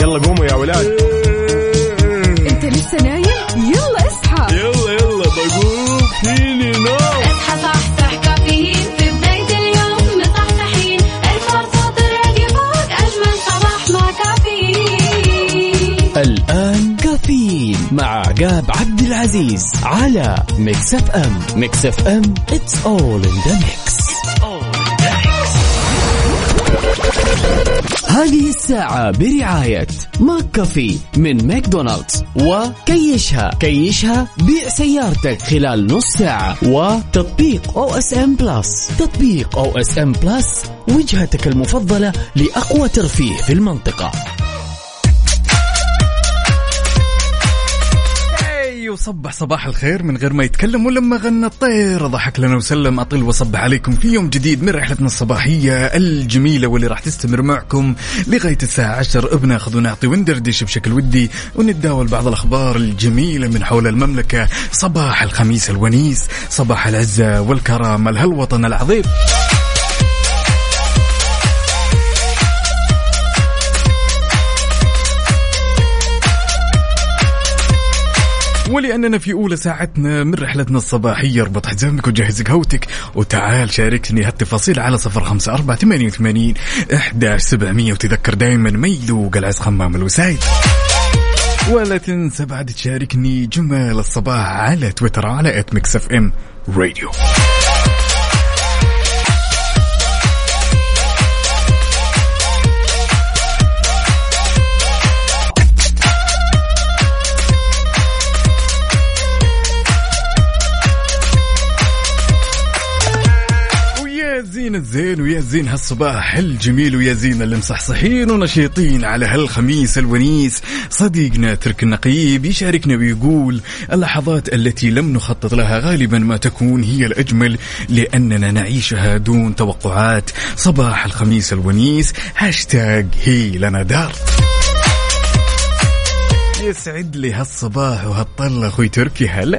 يلا قوموا يا ولاد. انت لسه نايم؟ يلا اصحى. يلا بقوم فيني نوم. اصحى صحصح كافيين في بداية اليوم مصحصحين. الفرصة الراديو فوق أجمل صباح مع كافيين. الآن كافيين مع عقاب عبد العزيز على ميكس اف ام. ميكس اف ام it's all in the mix. هذه الساعة برعاية ماك كافي من ماكدونالدز، وكيشها بيع سيارتك خلال نص ساعة، وتطبيق OSM بلس. تطبيق OSM بلس وجهتك المفضلة لأقوى ترفيه في المنطقة. وصبح صباح الخير من غير ما يتكلم، ولما غنى الطير ضحك لنا وسلم. أطل وصبح عليكم في يوم جديد من رحلتنا الصباحية الجميلة واللي راح تستمر معكم لغاية الساعة 10. بناخذ ونعطي وندردش بشكل ودي ونتداول بعض الأخبار الجميلة من حول المملكة. صباح الخميس الونيس، صباح العزة والكرامة لهالوطن العظيم. ولأننا في أولى ساعتنا من رحلتنا الصباحية، اربط حزامك وجهز قهوتك وتعال شاركني هالتفاصيل على 0548811700. وتذكر دايما ما يذوق العز خمام الوسايد. ولا تنسى بعد تشاركني جمال الصباح على تويتر على @mixfmradio. زين الزين ويا زين هالصباح الجميل ويا زين اللي مصحصحين ونشيطين على هالخميس الونيس. صديقنا ترك النقيب يشاركنا ويقول اللحظات التي لم نخطط لها غالبا ما تكون هي الأجمل لأننا نعيشها دون توقعات. صباح الخميس الونيس هاشتاج هي لنا دار. يسعد لي هالصباح وهالطلة أخوي تركي. هلا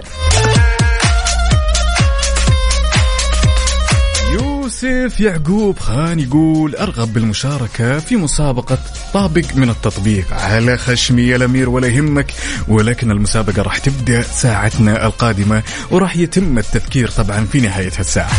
يوسف يعقوب خان يقول أرغب بالمشاركة في مسابقة طابق من التطبيق. على خشمي يا الأمير ولا يهمك، ولكن المسابقة راح تبدأ ساعتنا القادمة وراح يتم التذكير طبعا في نهاية هالساعة.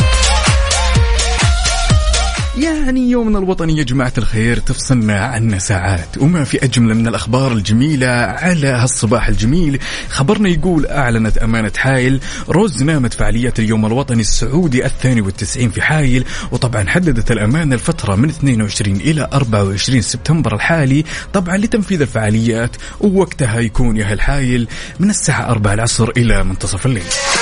يعني يومنا الوطني يا جماعة الخير تفصلنا عنه ساعات، وما في أجمل من الأخبار الجميلة على هالصباح الجميل. خبرنا يقول أعلنت أمانة حايل رزنامة فعاليات اليوم الوطني السعودي 92 في حايل. وطبعا حددت الأمانة الفترة من 22 إلى 24 سبتمبر الحالي طبعا لتنفيذ الفعاليات، ووقتها يكون يا هالحايل من الساعة 4 العصر إلى منتصف الليل.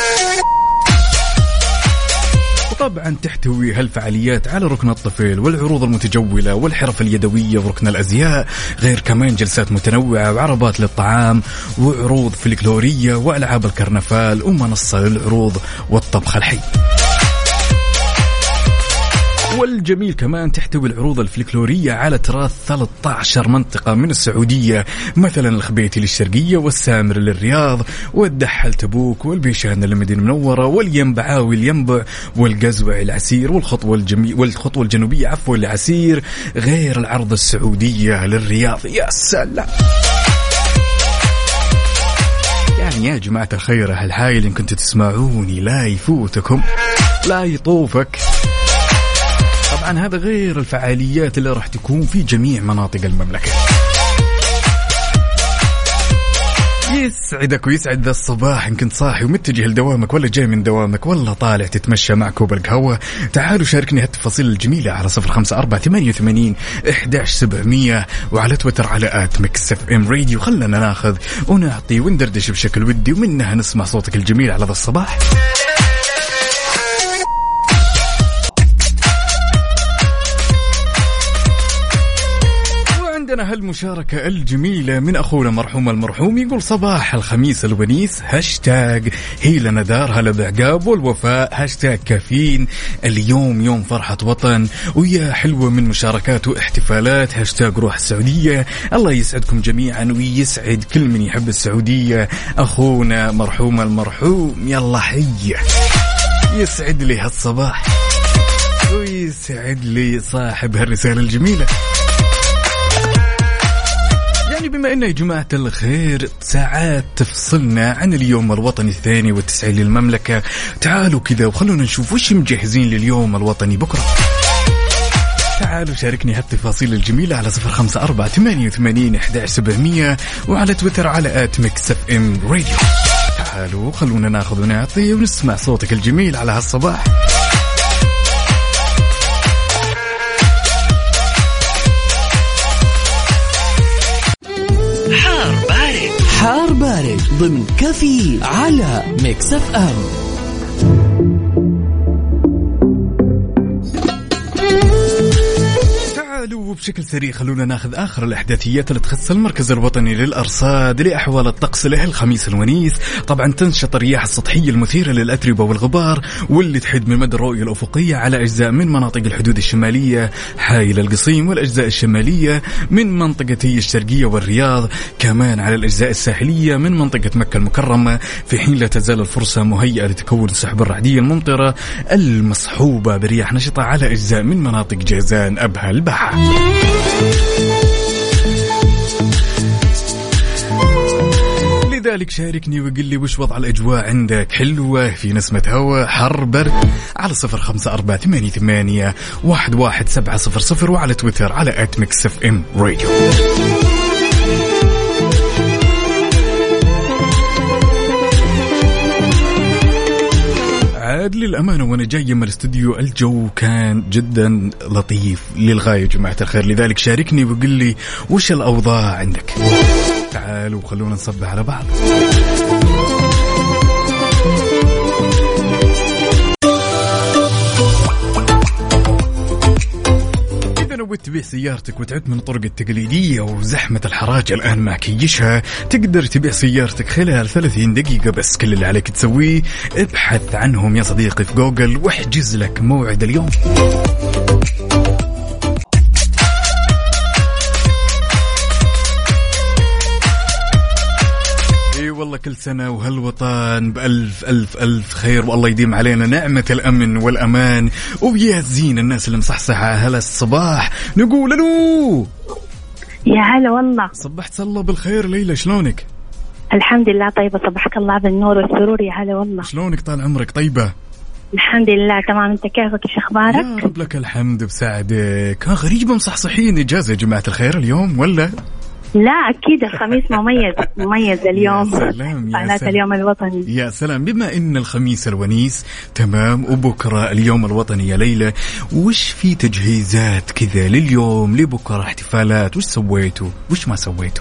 طبعا تحتوي هالفعاليات على ركن الطفل والعروض المتجولة والحرف اليدوية وركن الأزياء، غير كمان جلسات متنوعة وعربات للطعام وعروض فلكلورية وألعاب الكرنفال ومنصة للعروض والطبخ الحي. والجميل كمان تحتوي العروض الفلكلورية على تراث 13 منطقة من السعودية، مثلا الخبيتي للشرقية والسامر للرياض والدحل تبوك والبيشان للمدينة المنورة والينبعاوي الينبع والقزوع العسير والخطوة الجنوبية عفوا العسير، غير العرض السعودية للرياض. يا سلام يعني يا جماعة الخير هالحايل إن كنتوا تسمعوني لا يفوتكم لا يطوفك. طبعا هذا غير الفعاليات اللي راح تكون في جميع مناطق المملكة. يسعدك ويسعد ذا الصباح إن كنت صاحي ومتجه لدوامك ولا جاي من دوامك ولا طالع تتمشى مع كوب القهوة. تعالوا شاركني هالتفاصيل الجميلة على 0548811700 وعلى تويتر على @mixfmradio. خلنا ناخذ ونعطي وندردش بشكل ودي ومنها نسمع صوتك الجميل على ذا الصباح. عندنا هالمشاركة الجميلة من أخونا مرحوم المرحوم يقول صباح الخميس الونيس هاشتاج هي لنا دار. هلا بعقاب والوفاء هاشتاج كافيين. اليوم يوم فرحة وطن ويا حلوة من مشاركات واحتفالات هاشتاج روح السعودية. الله يسعدكم جميعا ويسعد كل من يحب السعودية. أخونا مرحوم المرحوم يلا حية. يسعد لي هالصباح ويسعد لي صاحب هالرسالة الجميلة. بما أن يا جماعة الخير ساعات تفصلنا عن اليوم الوطني 92 للمملكة، تعالوا كذا وخلونا نشوف وش مجهزين لليوم الوطني بكرة. تعالوا شاركني هالتفاصيل الجميلة على 0548811700 وعلى تويتر على @mixfmradio. تعالوا خلونا ناخذ ونعطي ونسمع صوتك الجميل على هالصباح. حار بارد ضمن كافيين على ميكس اف ام. وبشكل سريع خلونا ناخذ آخر الأحداثيات اللي تخص المركز الوطني للأرصاد لأحوال الطقس له الخميس الونيس. طبعا تنشط الرياح السطحية المثيرة للأتربة والغبار واللي تحد من مدى الرؤية الأفقية على أجزاء من مناطق الحدود الشمالية حائل القصيم والأجزاء الشمالية من منطقتي الشرقية والرياض، كمان على الأجزاء الساحلية من منطقة مكة المكرمة، في حين لا تزال الفرصة مهيئة لتكون السحب الرعدية الممطرة المصحوبة برياح نشطة على أجزاء من مناطق جازان أبها البحر. لذلك شاركني وقل لي وش وضع الأجواء عندك، حلوة في نسمة هواء حر برد، على 0548811700 وعلى تويتر على @mixfmradio. عاد للأمانة وأنا جاي من الاستوديو الجو كان جدا لطيف للغاية يا جماعة الخير، لذلك شاركني وقل لي وش الأوضاع عندك. تعالوا خلونا نصبح على بعض. نويت تبيع سيارتك وتعبت من الطرق التقليدية وزحمة الحراج الآن ما كيشها، تقدر تبيع سيارتك خلال 30 دقيقة بس. كل اللي عليك تسويه ابحث عنهم يا صديقي في جوجل واحجز لك موعد اليوم. والله كل سنة وهالوطن بألف ألف ألف خير، والله يديم علينا نعمة الأمن والأمان ويا زين الناس اللي مصحصحة هلا الصباح. نقول له يا هلا والله. صبحت الله بالخير ليلى، شلونك؟ الحمد لله طيبة، صبحك الله بالنور والسرور. يا هلا والله. شلونك طال عمرك؟ طيبة الحمد لله تمام. انت كيفك؟ ايش اخبارك؟ يا رب لك الحمد بساعدك. غريبة مصحصحين، إجازة يا جماعة الخير اليوم ولا؟ لا أكيد الخميس مميز اليوم. يا سلام فعاليات اليوم الوطني. يا سلام. بما إن الخميس الونيس تمام وبكرة اليوم الوطني يا ليلى، وش في تجهيزات كذا لليوم لبكرة احتفالات؟ وش سويتوا وش ما سويتوا؟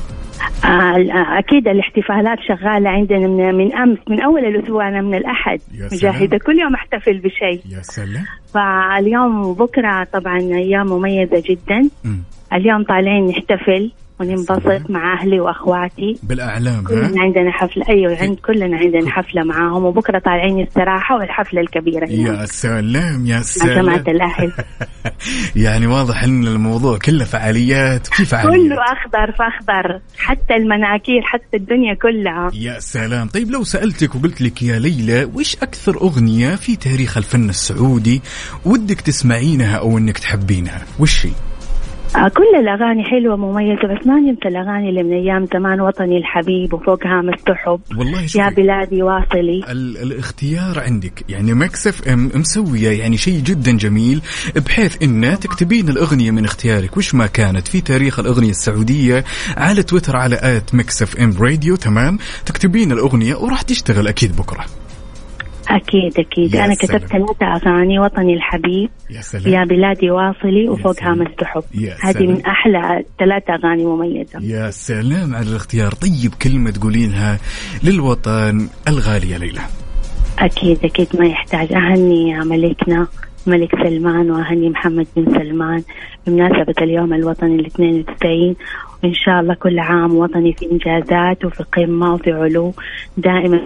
أكيد الاحتفالات شغالة عندنا من أمس، من أول الأسبوع أنا من الأحد مجاهدة كل يوم أحتفل بشيء. يا سلام. فاليوم وبكرة طبعا أيام مميزة جدا. اليوم طالعين نحتفل وننبسط مع أهلي وأخواتي بالأعلام. كلنا عندنا حفلة. أيوة كلنا عندنا حفلة معاهم، وبكرة طالعين استراحة والحفلة الكبيرة. يا سلام يا سلام. جماعة الأهل. يعني واضح إن الموضوع كله فعاليات. في فعاليات كله أخضر فأخضر، حتى المناكير حتى الدنيا كلها. يا سلام. طيب لو سألتك وقلت لك يا ليلى وش أكثر أغنية في تاريخ الفن السعودي ودك تسمعينها أو إنك تحبينها، وش هي؟ كل الأغاني حلوة مميزة، بس ما نمت الأغاني اللي من أيام زمان. وطني الحبيب وفوقها مستحب، يا بلادي واصلي. الاختيار عندك يعني ميكس اف ام مسوية يعني شيء جدا جميل، بحيث إن تكتبين الأغنية من اختيارك وش ما كانت في تاريخ الأغنية السعودية على تويتر على @mixfmradio. تمام، تكتبين الأغنية وراح تشتغل أكيد بكرة. أكيد أنا كتبت 3 أغاني: وطني الحبيب، يا بلادي واصلي، وفوقها مستحب. هذه من أحلى 3 أغاني مميزة. يا سلام على الاختيار. طيب كلمة تقولينها للوطن الغالي يا ليلى؟ أكيد ما يحتاج. أهني ملكنا ملك سلمان وأهني محمد بن سلمان بمناسبة اليوم الوطني 92، وإن شاء الله كل عام وطني في إنجازات وفي قمة وفي علو دائما.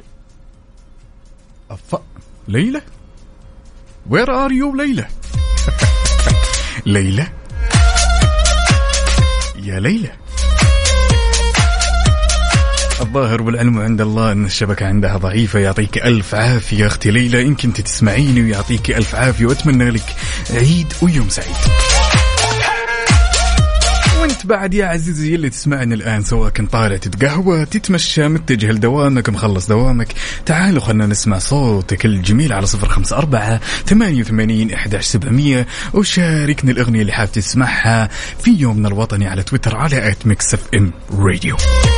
ليلى where are you ليلى؟ ليلى يا ليلى. الظاهر والعلم عند الله أن الشبكة عندها ضعيفة. يعطيك ألف عافية أختي ليلى، إن كنت تسمعيني ويعطيك ألف عافية، وأتمنى لك عيد ويوم سعيد. وانت بعد يا عزيزي اللي تسمعني الآن، سواء كنت طالع تتقهوى، تتمشى، متجه لدوامك، مخلص دوامك، تعالوا خلنا نسمع صوتك الجميل على 0548811700 وشاركني الأغنية اللي حابب تسمعها في يومنا الوطني على تويتر على @mixfmradio.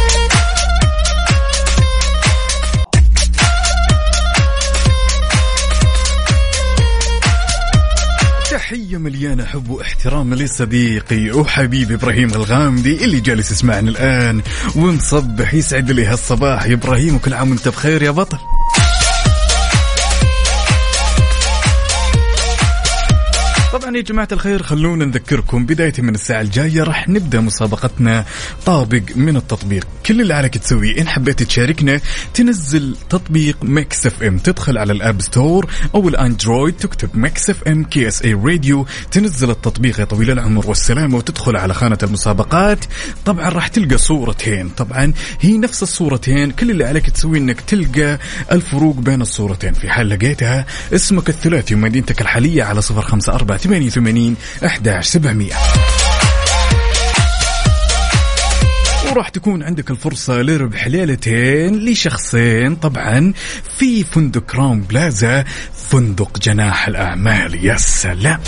تحية مليانة حب واحترام لصديقي وحبيبي إبراهيم الغامدي اللي جالس يسمعني الآن ونصبح. يسعد لي هالصباح يا إبراهيم، وكل عام وانت بخير يا بطل. طبعا يا جماعة الخير، خلونا نذكركم بداية من الساعة الجاية راح نبدأ مسابقتنا طابق من التطبيق. كل اللي عليك تسويه إن حبيت تشاركنا تنزل تطبيق ميكس اف ام، تدخل على الاب ستور أو الأندرويد، تكتب ميكس اف ام KSA راديو، تنزل التطبيق يا طويل العمر والسلامة وتدخل على خانة المسابقات. طبعا راح تلقى صورتين، طبعا هي نفس الصورتين، كل اللي عليك تسويه إنك تلقى الفروق بين الصورتين. في حال لقيتها اسمك الثلاثي ومدينتك الحالية على 0548811700 وراح تكون عندك الفرصة لربح ليلتين لشخصين طبعا في فندق كراون بلازا، فندق جناح الأعمال. يا سلام.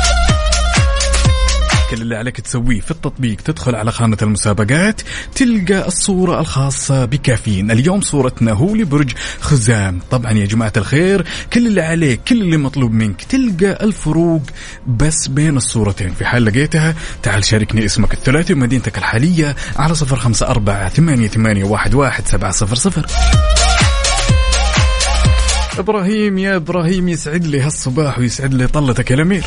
كل اللي عليك تسويه في التطبيق تدخل على خانة المسابقات، تلقى الصورة الخاصة بكافيين. اليوم صورتنا هو لبرج خزام. طبعا يا جماعة الخير، كل اللي عليك، كل اللي مطلوب منك تلقى الفروق بس بين الصورتين. في حال لقيتها تعال شاركني اسمك الثلاثي ومدينتك الحالية على 0548811700. إبراهيم يا إبراهيم، يسعد لي هالصباح ويسعد لي طلتك يا الأمير.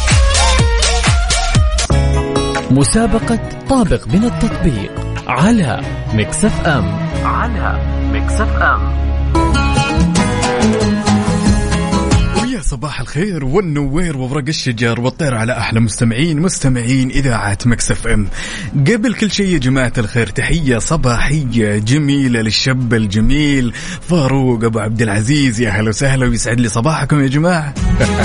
مسابقة طابق من التطبيق على ميكس اف ام. ويا صباح الخير والنوير وورق الشجر والطير على أحلى مستمعين إذاعة ميكس اف ام. قبل كل شيء يا جماعة الخير، تحية صباحية جميلة للشاب الجميل فاروق أبو عبد العزيز. يا هلا وسهلا ويسعد لي صباحكم يا جماعة.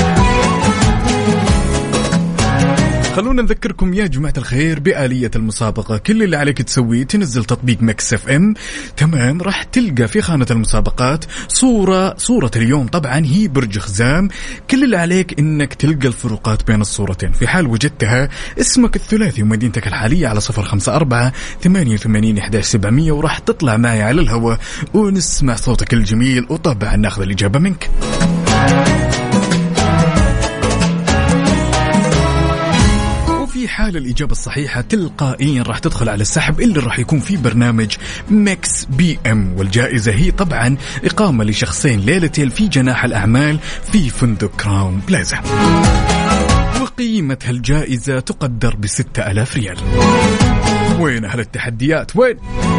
خلونا نذكركم يا جماعة الخير بآلية المسابقة. كل اللي عليك تسويه تنزل تطبيق ميكس اف ام، تمام، راح تلقى في خانة المسابقات صورة اليوم طبعا هي برج خزام. كل اللي عليك انك تلقى الفروقات بين الصورتين. في حال وجدتها اسمك الثلاثي ومدينتك الحالية على 0548811700 وراح تطلع معي على الهواء ونسمع صوتك الجميل وطبعا ناخذ الإجابة منك. في حال الإجابة الصحيحة تلقائيا راح تدخل على السحب اللي راح يكون في برنامج ميكس بي ام، والجائزة هي طبعا إقامة لشخصين ليلتين في جناح الأعمال في فندق كراون بلازا، وقيمة هالجائزة تقدر ب6000 ريال. وين أهل التحديات وين؟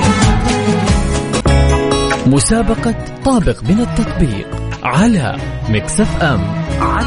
مسابقة طابق من التطبيق على ميكس اف ام.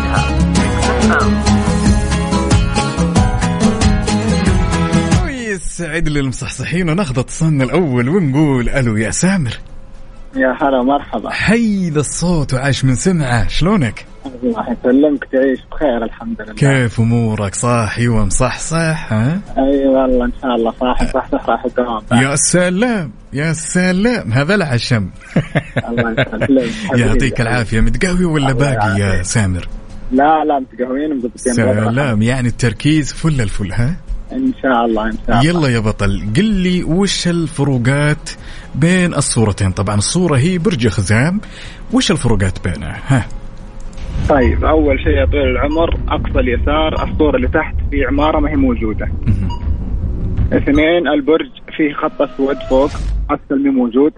سعيد للمصحصحين وناخذ اتصالنا الأول ونقول ألو يا سامر. يا هلا مرحبا. حي ذا الصوت وعاش من سمعه، شلونك؟ الله يسلمك، تعيش بخير الحمد لله. كيف أمورك؟ صاحي ومصحصح؟ ها؟ أي والله إن شاء الله صاحي صح راح الدوام. يا سلام يا سلام، هذا العشم. الله يسلمك. يعطيك العافية. متقهوي ولا باقي يا سامر؟ لا متقهوين مضبطين. سلام، يعني التركيز فل الفل. ها إن شاء الله إن شاء الله. يلا يا بطل، قل لي وش الفروقات بين الصورتين؟ طبعا الصورة هي برج خزام، وش الفروقات بينها؟ ها. طيب أول شيء يا طويل العمر، أقصى اليسار الصورة اللي تحت في عمارة ما هي موجودة. اثنين، البرج فيه خط أسود فوق، أسفل مي موجود.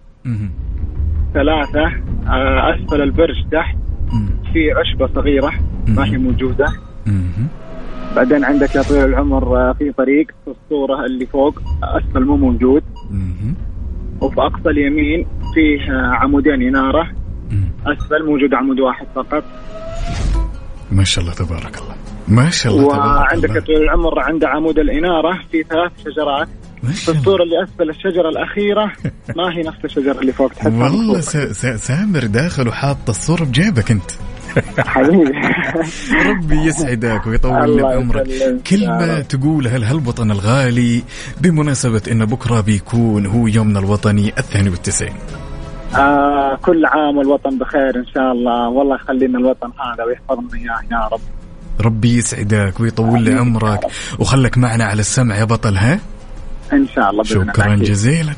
ثلاثة، أسفل البرج تحت في عشبة صغيرة ما هي موجودة. بعدين عندك يا طويل العمر في طريق في الصورة اللي فوق أسفل مو موجود. وفي أقصى اليمين فيه عمودين إنارة، أسفل موجود عمود واحد فقط. ما شاء الله تبارك الله، ما شاء الله تبارك الله. وعندك يا طويل العمر عند عمود الإنارة في 3 شجرات. في الصورة اللي أسفل الشجرة الأخيرة ما هي نفس الشجرة اللي فوق. والله سامر داخل وحاط الصورة بجيبك أنت. حبيبي. ربي يسعدك ويطول لك عمرك. كلمة تقولها لهالوطن الغالي بمناسبة إن بكرة بيكون هو يومنا الوطني 92. كل عام والوطن بخير إن شاء الله، والله يخلينا الوطن هذا ويحفظنا إياه يا رب. ربي يسعدك ويطول لي عمرك وخلك معنا على السمع يا بطل. ها إن شاء الله. شكرا جزيلا.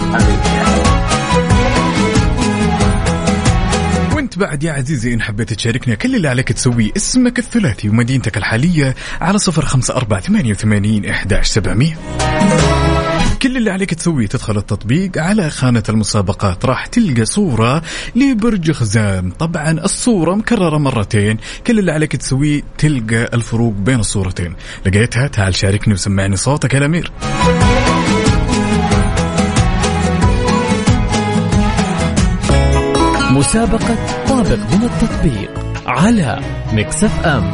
وانت بعد يا عزيزي إن حبيت تشاركنا كل اللي عليك تسويه اسمك الثلاثي ومدينتك الحالية على 0548811700. كل اللي عليك تسويه تدخل التطبيق على خانة المسابقات، راح تلقى صورة لبرج خزام. طبعا الصورة مكررة مرتين، كل اللي عليك تسويه تلقى الفروق بين الصورتين. لقيتها؟ تعال شاركني وسمعني صوتك يا الأمير. مسابقة طابق من التطبيق على ميكس اف ام.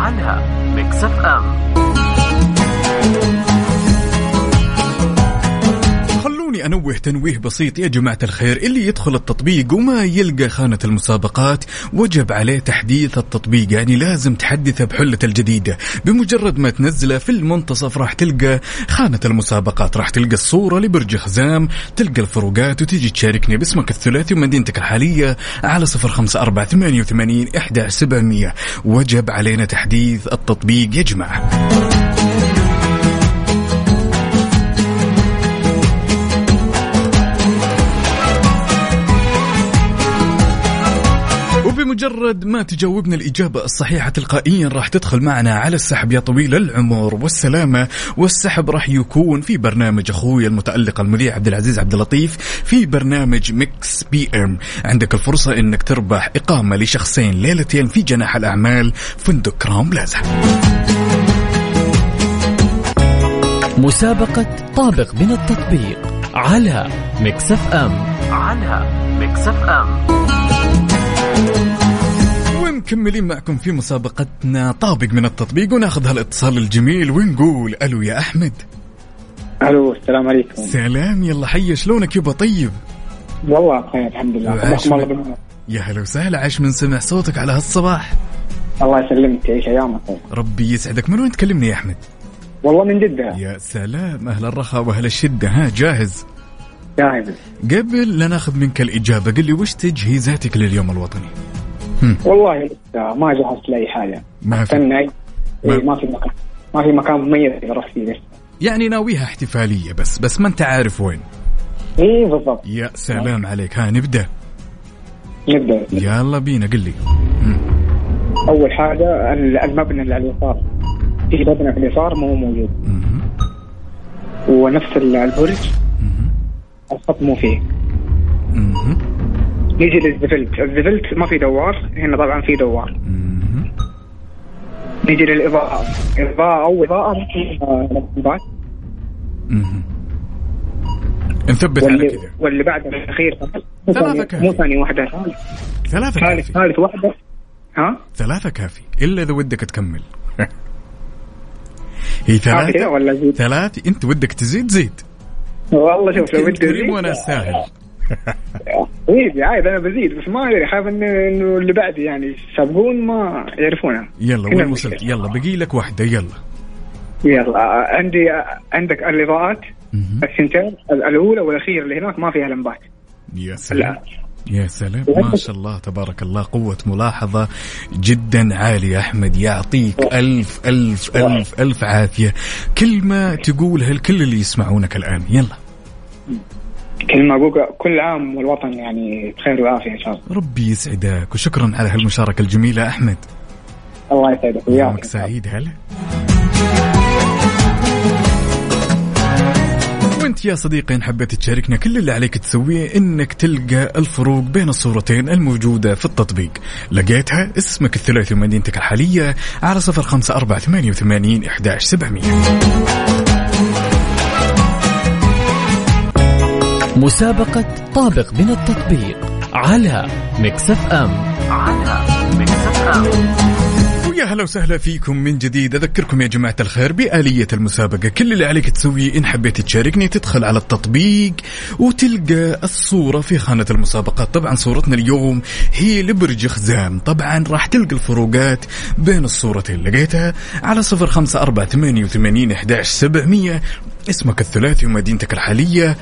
خلوني أنوه تنويه بسيط يا جماعة الخير، اللي يدخل التطبيق وما يلقى خانة المسابقات وجب عليه تحديث التطبيق، يعني لازم تحدثه بحلة الجديدة. بمجرد ما تنزله في المنتصف راح تلقى خانة المسابقات، راح تلقى الصورة لبرج خزام، تلقى الفروقات وتيجي تشاركني باسمك الثلاثي ومدينتك الحالية على 0548811700. وجب علينا تحديث التطبيق يا جماعة. وبمجرد ما تجاوبنا الإجابة الصحيحة تلقائيا راح تدخل معنا على السحب يا طويل العمر والسلامة. والسحب راح يكون في برنامج أخوي المتألق المذيع عبد العزيز عبد اللطيف في برنامج ميكس بي ام. عندك الفرصة إنك تربح إقامة لشخصين ليلتين في جناح الأعمال فندق كرام بلازا. مسابقة طابق من التطبيق على ميكس اف ام. ومكملين معكم في مسابقتنا طابق من التطبيق، وناخذ هالاتصال الجميل ونقول ألو يا أحمد. ألو السلام عليكم. سلام، يلا حي، شلونك يبا؟ طيب والله بخير الحمد لله. يا هلا وسهلا، عاش من سمع صوتك على هالصباح. الله يسلمك، تعيش أيامك. ربي يسعدك. من وين تكلمني يا أحمد؟ والله من جدة. يا سلام، أهل الرخاء وأهل الشدة. ها جاهز؟ جاهز. قبل لا ناخذ منك الإجابة قل لي وش تجهيزاتك لليوم الوطني؟ والله لسه ما جهزت لأي حاجة. ما في مكان مميز رحت فيه لسه. يعني ناويها احتفالية بس ما أنت عارف وين. إيه بالضبط. يا سلام عليك. ها نبدأ. يلا بينا، قل لي. أول حاجة المبنى اللي على اليسار، في مبنى في اليسار مو موجود. ونفس البرج الخط مو فيه. نيجي للزفلت ما في دوار، هنا طبعا في دوار. نيجي للإضاءة، إضاءة لمبات. نثبت على كذا. واللي بعد الأخير ثلاثة مو ثانية واحدة، ثالث واحدة. ها 3 كافي إلا إذا ودك تكمل. هي 3 ولا زيد؟ 3. أنت ودك تزيد زيد. والله شوف لو بدي أزيد وأنا أستاهل. زيد عادي، أنا بزيد بس ما أدري، خايف إنه اللي بعدي يعني سابقون ما يعرفونها. يلا وين وصلت؟ يلا بقي لك واحدة. يلا عندك الإضاءات الثنتين، الأولى والأخيرة اللي هناك ما فيها لمبات. يا سلام. يا سلام، ما شاء الله تبارك الله، قوة ملاحظة جدا عالية. أحمد يعطيك ألف ألف ألف ألف عافية. كلمة تقولها لكل اللي يسمعونك الآن. يلا كلمة أقول كل عام والوطن يعني بخير وعافية إن شاء الله. ربي يسعدك وشكرا على هالمشاركة الجميلة أحمد. الله يسعدك وياك. يومك سعيد. هلا. وانت يا صديقي إن حبيت تشاركنا كل اللي عليك تسويه انك تلقى الفروق بين الصورتين الموجودة في التطبيق. لقيتها؟ اسمك الثلاثي ومدينتك الحالية على 0548811700. مسابقة طابق من التطبيق على ميكس اف ام. ويا هلا وسهلا فيكم من جديد. أذكركم يا جماعة الخير بآلية المسابقة. كل اللي عليك تسويه إن حبيت تشاركني تدخل على التطبيق وتلقى الصورة في خانة المسابقات. طبعا صورتنا اليوم هي لبرج خزام. طبعا راح تلقى الفروقات بين الصورتين، لقيتها على 0548811700 اسمك الثلاثي ومدينتك الحالية،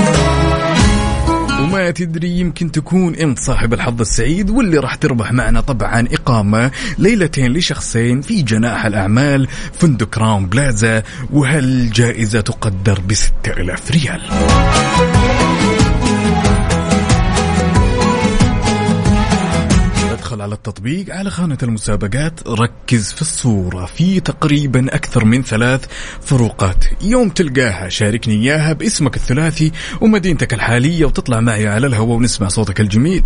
وما تدري يمكن تكون انت صاحب الحظ السعيد واللي راح تربح معنا طبعا إقامة ليلتين لشخصين في جناح الأعمال فندق كراون بلازا، وهالجائزة تقدر ب6,000 ريال. ادخل على التطبيق على خانة المسابقات، ركز في الصورة، في تقريبا أكثر من 3 فروقات. يوم تلقاها شاركني إياها باسمك الثلاثي ومدينتك الحالية وتطلع معي على الهواء ونسمع صوتك الجميل.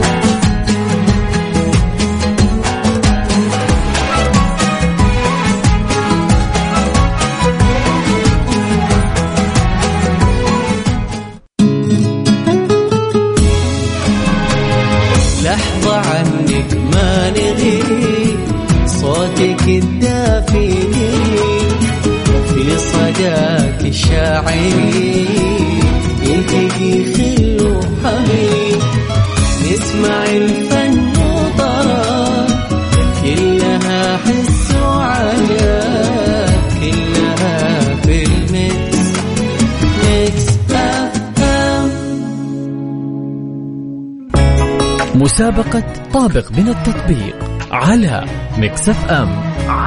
لحظة عنك ما نغيب، صوتك الدافئ في صداك الشاعري، يلتقي خل وحبيب، نسمع الفن وطرب، كلها حس وعجب، كلها في الميكس، ميكس أف. مسابقة طابق من التطبيق على ميكس اف ام.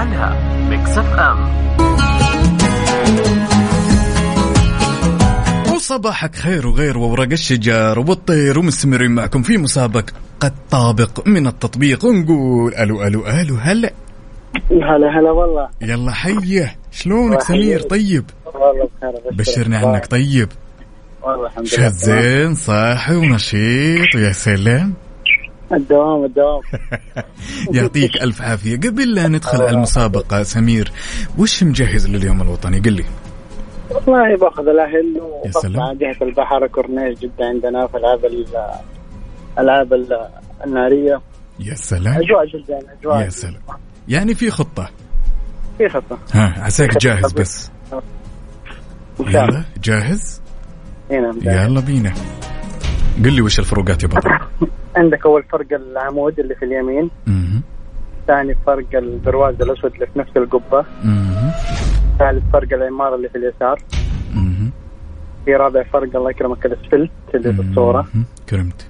وصباحك خير وغير وورق الشجار والطير، ومستمرين معكم في مسابقة طابق من التطبيق، ونقول ألو ألو ألو. هلا هلا والله. يلا حيه، شلونك سمير؟ طيب والله بخير. بشرني عنك. طيب والله الحمد لله. شزين صاحي ونشيط ويا سلام. الدوام يعطيك ألف عافية. قبل لا ندخل على المسابقة سمير، وش مجهز لليوم الوطني؟ قل لي. والله باخذ الأهل يا سلام. وبطلع جهة البحر كورنيش جدا عندنا في الألعاب النارية. يا سلام. أجواء جدا أجواء. يا سلام. يعني في خطة. ها عساك جاهز بس. يلا جاهز. يلا بينا. قل لي وش الفروقات يا بطل. عندك أول فرق العمود اللي في اليمين. ثاني فرق البرواز الأسود اللي في نفس القبة. ثالث فرق العمارة اللي في اليسار. في رابع فرق الله يكرمك الأسفلت اللي في الصورة. كرمت.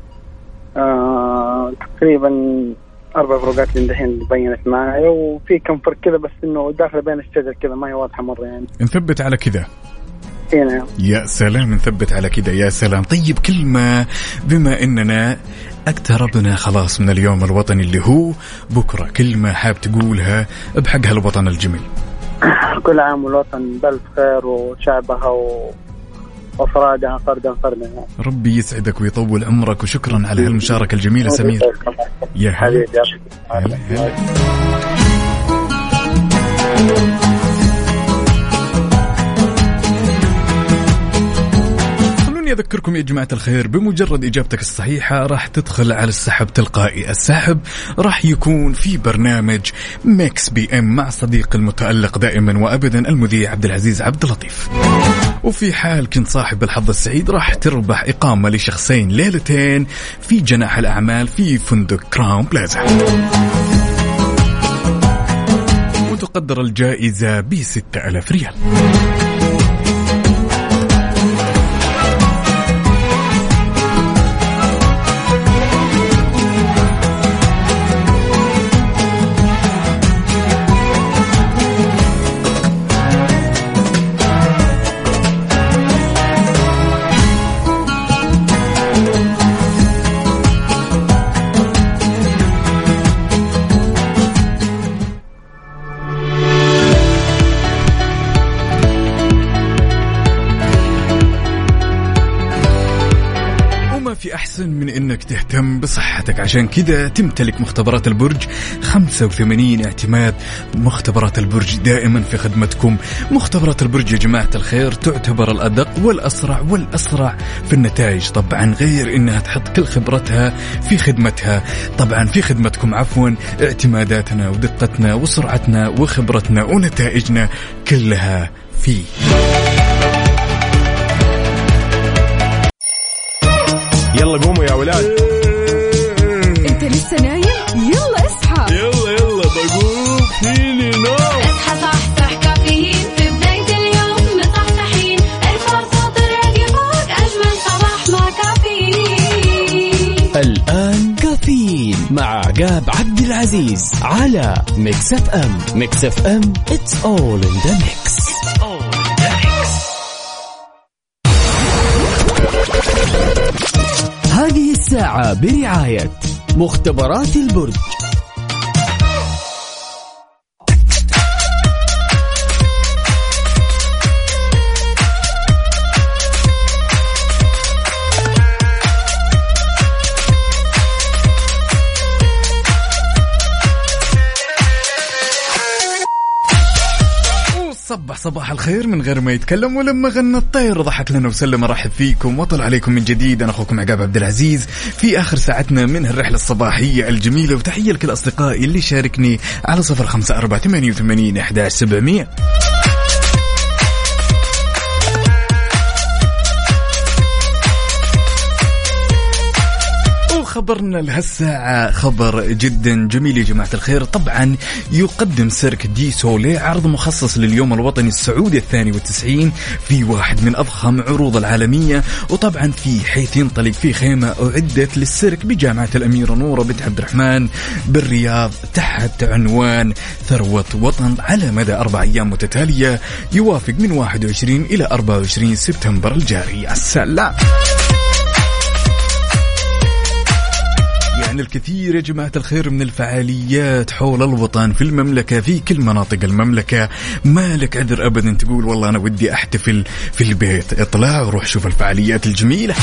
تقريبا 4 فروقات اللي الحين بينت معي، وفي كم فرق كذا بس إنه داخل بين الشجر كذا ما هي واضحة مرة يعني. نثبت على كذا. هنا. يا سلام، نثبت على كذا. يا سلام. طيب كلمة، بما إننا اقتربنا خلاص من اليوم الوطني اللي هو بكرة، كلمة حاب تقولها بحق هالوطن الجميل. كل عام والوطن بألف خير وشعبها وفرادها فردا فردا. ربي يسعدك ويطول عمرك، وشكرا على هالمشاركة الجميلة سمير. يا هلا. هلا هلا. أذكركم يا جماعة الخير، بمجرد إجابتك الصحيحة راح تدخل على السحب تلقائي. السحب راح يكون في برنامج ميكس بي ام مع صديق المتألق دائما وأبدا المذيع عبد العزيز عبد اللطيف. وفي حال كنت صاحب الحظ السعيد راح تربح إقامة لشخصين ليلتين في جناح الأعمال في فندق كراون بلازا، وتقدر الجائزة ب6,000 ريال. انك تهتم بصحتك، عشان كذا تمتلك مختبرات البرج 85 اعتماد. مختبرات البرج دائما في خدمتكم. مختبرات البرج يا جماعة الخير تعتبر الأدق والأسرع في النتائج، طبعا غير انها تحط كل خبرتها في خدمتها، طبعا في خدمتكم عفوا. اعتماداتنا ودقتنا وسرعتنا وخبرتنا ونتائجنا كلها فيه. يلا قوموا يا ولاد. انت لسه نايم؟ يلا اصحى. يلا بقوم فيني نوم. اصحى صحصح كافيين في بداية اليوم مصحصحين، ارفع صوت الراديو فوق أجمل صباح مع كافيين. الآن كافيين مع عقاب عبد العزيز على ميكس اف ام. ميكس اف ام it's all in the mix. هذه الساعة برعاية مختبرات البرج. صباح الخير من غير ما يتكلم، ولما غنى الطير ضحك لنا وسلم. ارحب فيكم وطلع عليكم من جديد. انا اخوكم عقاب عبد العزيز في اخر ساعتنا من الرحله الصباحيه الجميله، وتحيه لكل اصدقائي اللي شاركني على 0548811700. خبرنا لهالساعة خبر جدا جميل يا جماعة الخير. طبعا يقدم سيرك دي سولي عرض مخصص لليوم الوطني السعودي 92 في واحد من أضخم عروض العالمية، وطبعا في حيث ينطلق في خيمة أعدت للسيرك بجامعة الأميرة نورة بنت عبد الرحمن بالرياض تحت عنوان ثروة وطن على مدى 4 أيام متتالية يوافق من 21 إلى 24 سبتمبر الجاري. السلام. يعني الكثير يا جماعة الخير من الفعاليات حول الوطن في المملكة في كل مناطق المملكة. مالك عذر أبدا تقول والله أنا ودي أحتفل في البيت. اطلع وروح شوف الفعاليات الجميلة.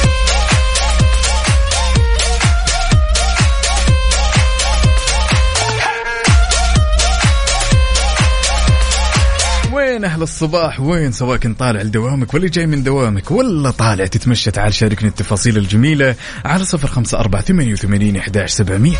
وين أهل الصباح؟ وين سواء كنت طالع لدوامك ولا جاي من دوامك ولا طالع تتمشى، تعال شاركني التفاصيل الجميلة على 0548811700.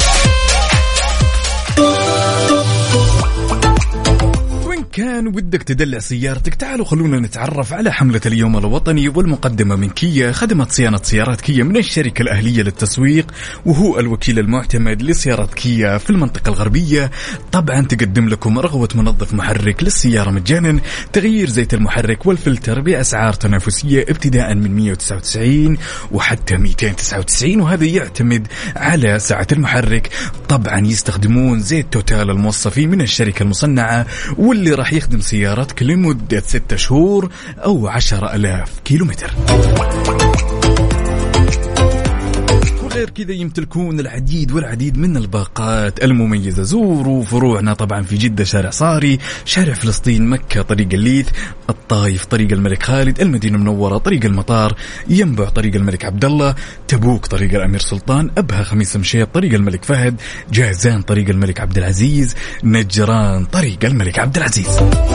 كان ودك تدلع سيارتك؟ تعالوا خلونا نتعرف على حملة اليوم الوطني والمقدمة من كيا، خدمة صيانة سيارات كيا من الشركة الأهلية للتسويق، وهو الوكيل المعتمد لسيارات كيا في المنطقة الغربية. طبعا تقدم لكم رغوة منظف محرك للسيارة مجانا، تغيير زيت المحرك والفلتر بأسعار تنافسية ابتداء من 199 وحتى 299، وهذا يعتمد على سعة المحرك. طبعا يستخدمون زيت توتال الموصفي من الشركة المصنعة، واللي راح يخدم سيارتك لمدة 6 شهور أو 10,000 كيلومتر. غير كذا يمتلكون العديد والعديد من الباقات المميزة. زوروا فروعنا طبعا في جدة شارع صاري، شارع فلسطين، مكة طريق الليث، الطايف طريق الملك خالد، المدينة المنورة طريق المطار، ينبع طريق الملك عبد الله، تبوك طريق الأمير سلطان، أبها خميس مشيط طريق الملك فهد، جازان طريق الملك عبد العزيز، نجران طريق الملك عبد العزيز.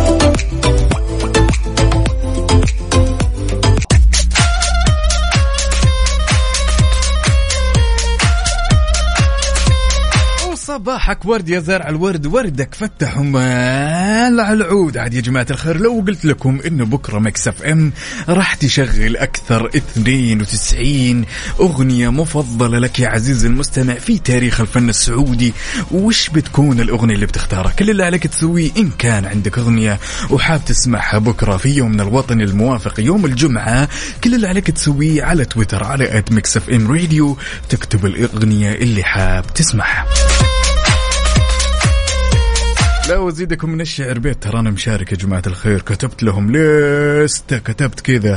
صباحك ورد يا زارع الورد، وردك فتح ومال على العود. عاد يا جماعة الخير لو قلت لكم إنه بكرة ميكس اف ام راح تشغل أكثر 92 أغنية مفضلة لك يا عزيز المستمع في تاريخ الفن السعودي، وش بتكون الأغنية اللي بتختارها؟ كل اللي عليك تسويه إن كان عندك أغنية وحاب تسمعها بكرة في يومنا الوطني الموافق يوم الجمعة، كل اللي عليك تسويه على تويتر على @mixfmradio تكتب الأغنية اللي حاب تسمعها. لا وزيدكم من الشعر بيت، ترى أنا مشارك يا جماعة الخير، كتبت لهم لستة، كتبت كذا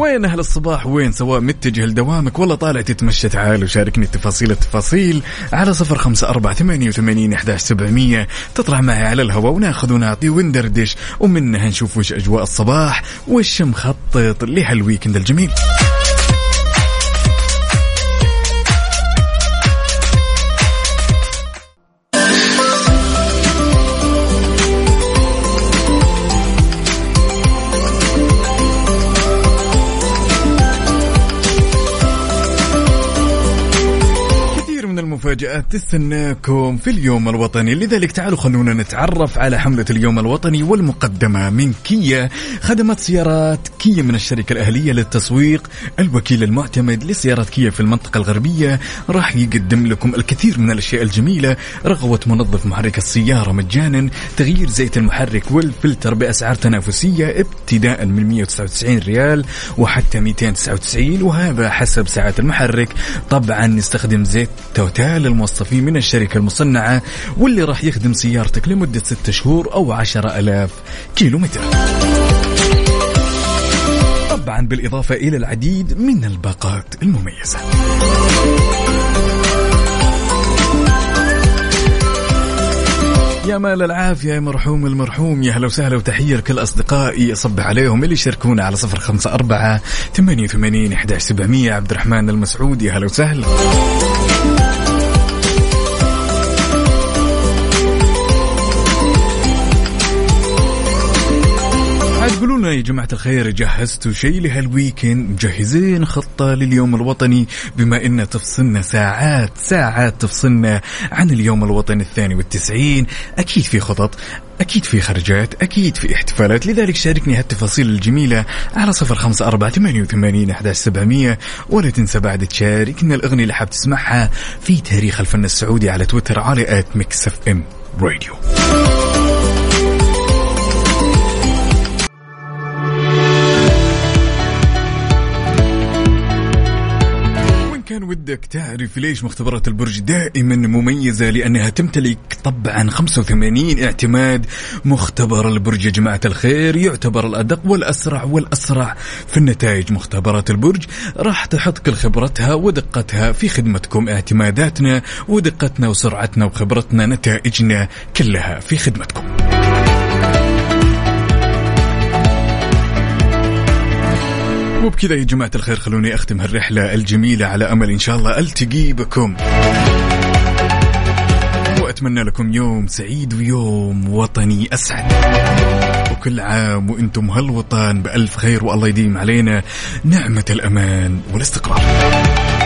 وين أهل الصباح؟ وين سواء متجه لدوامك ولا طالع تتمشى؟ تعال وشاركني التفاصيل على 0548811700. تطلع معي على الهواء وناخذ ونعطي وندردش، ومنها نشوف وش أجواء الصباح وش مخطط لهالويكند الجميل. مفاجآت تستناكم في اليوم الوطني، لذلك تعالوا خلونا نتعرف على حملة اليوم الوطني والمقدمة من كيا. خدمات سيارات كيا من الشركة الأهلية للتسويق، الوكيل المعتمد لسيارات كيا في المنطقة الغربية، راح يقدم لكم الكثير من الأشياء الجميلة. رغوة منظف محرك السيارة مجانا، تغيير زيت المحرك والفلتر بأسعار تنافسية ابتداء من 199 ريال وحتى 299، وهذا حسب ساعة المحرك. طبعا نستخدم زيت توتال للموظفين من الشركة المصنعة، واللي راح يخدم سيارتك لمدة 6 شهور أو 10,000 كيلومتر، طبعا بالإضافة إلى العديد من الباقات المميزة. يا مال العافية، يا مرحوم المرحوم، يا هلا وسهلا وتحية لكل أصدقائي أصبح عليهم اللي يشاركونا على 0548811700. عبد الرحمن المسعود، يا هلا وسهلا. قولوا لنا يا جماعة الخير، جهزتوا شيء لهالويكند؟ مجهزين خطة لليوم الوطني؟ بما إن تفصلنا ساعات تفصلنا عن اليوم الوطني 92، أكيد في خطط، أكيد في خرجات، أكيد في احتفالات. لذلك شاركني هالتفاصيل الجميلة على 0548811700. ولا تنسى بعد تشاركنا الأغنية اللي حاب تسمعها في تاريخ الفن السعودي على تويتر على @mixfmradio. كان ودك تعرف ليش مختبرات البرج دائما مميزة؟ لأنها تمتلك طبعا 85 اعتماد. مختبر البرج يا جماعة الخير يعتبر الأدق والأسرع في النتائج. مختبرات البرج راح تحط كل خبرتها ودقتها في خدمتكم. اعتماداتنا ودقتنا وسرعتنا وخبرتنا، نتائجنا كلها في خدمتكم. وبكذا يا جماعة الخير خلوني أختم هالرحلة الجميلة على أمل إن شاء الله ألتقي بكم، وأتمنى لكم يوم سعيد ويوم وطني أسعد، وكل عام وأنتم هالوطن بألف خير، والله يديم علينا نعمة الأمان والاستقرار.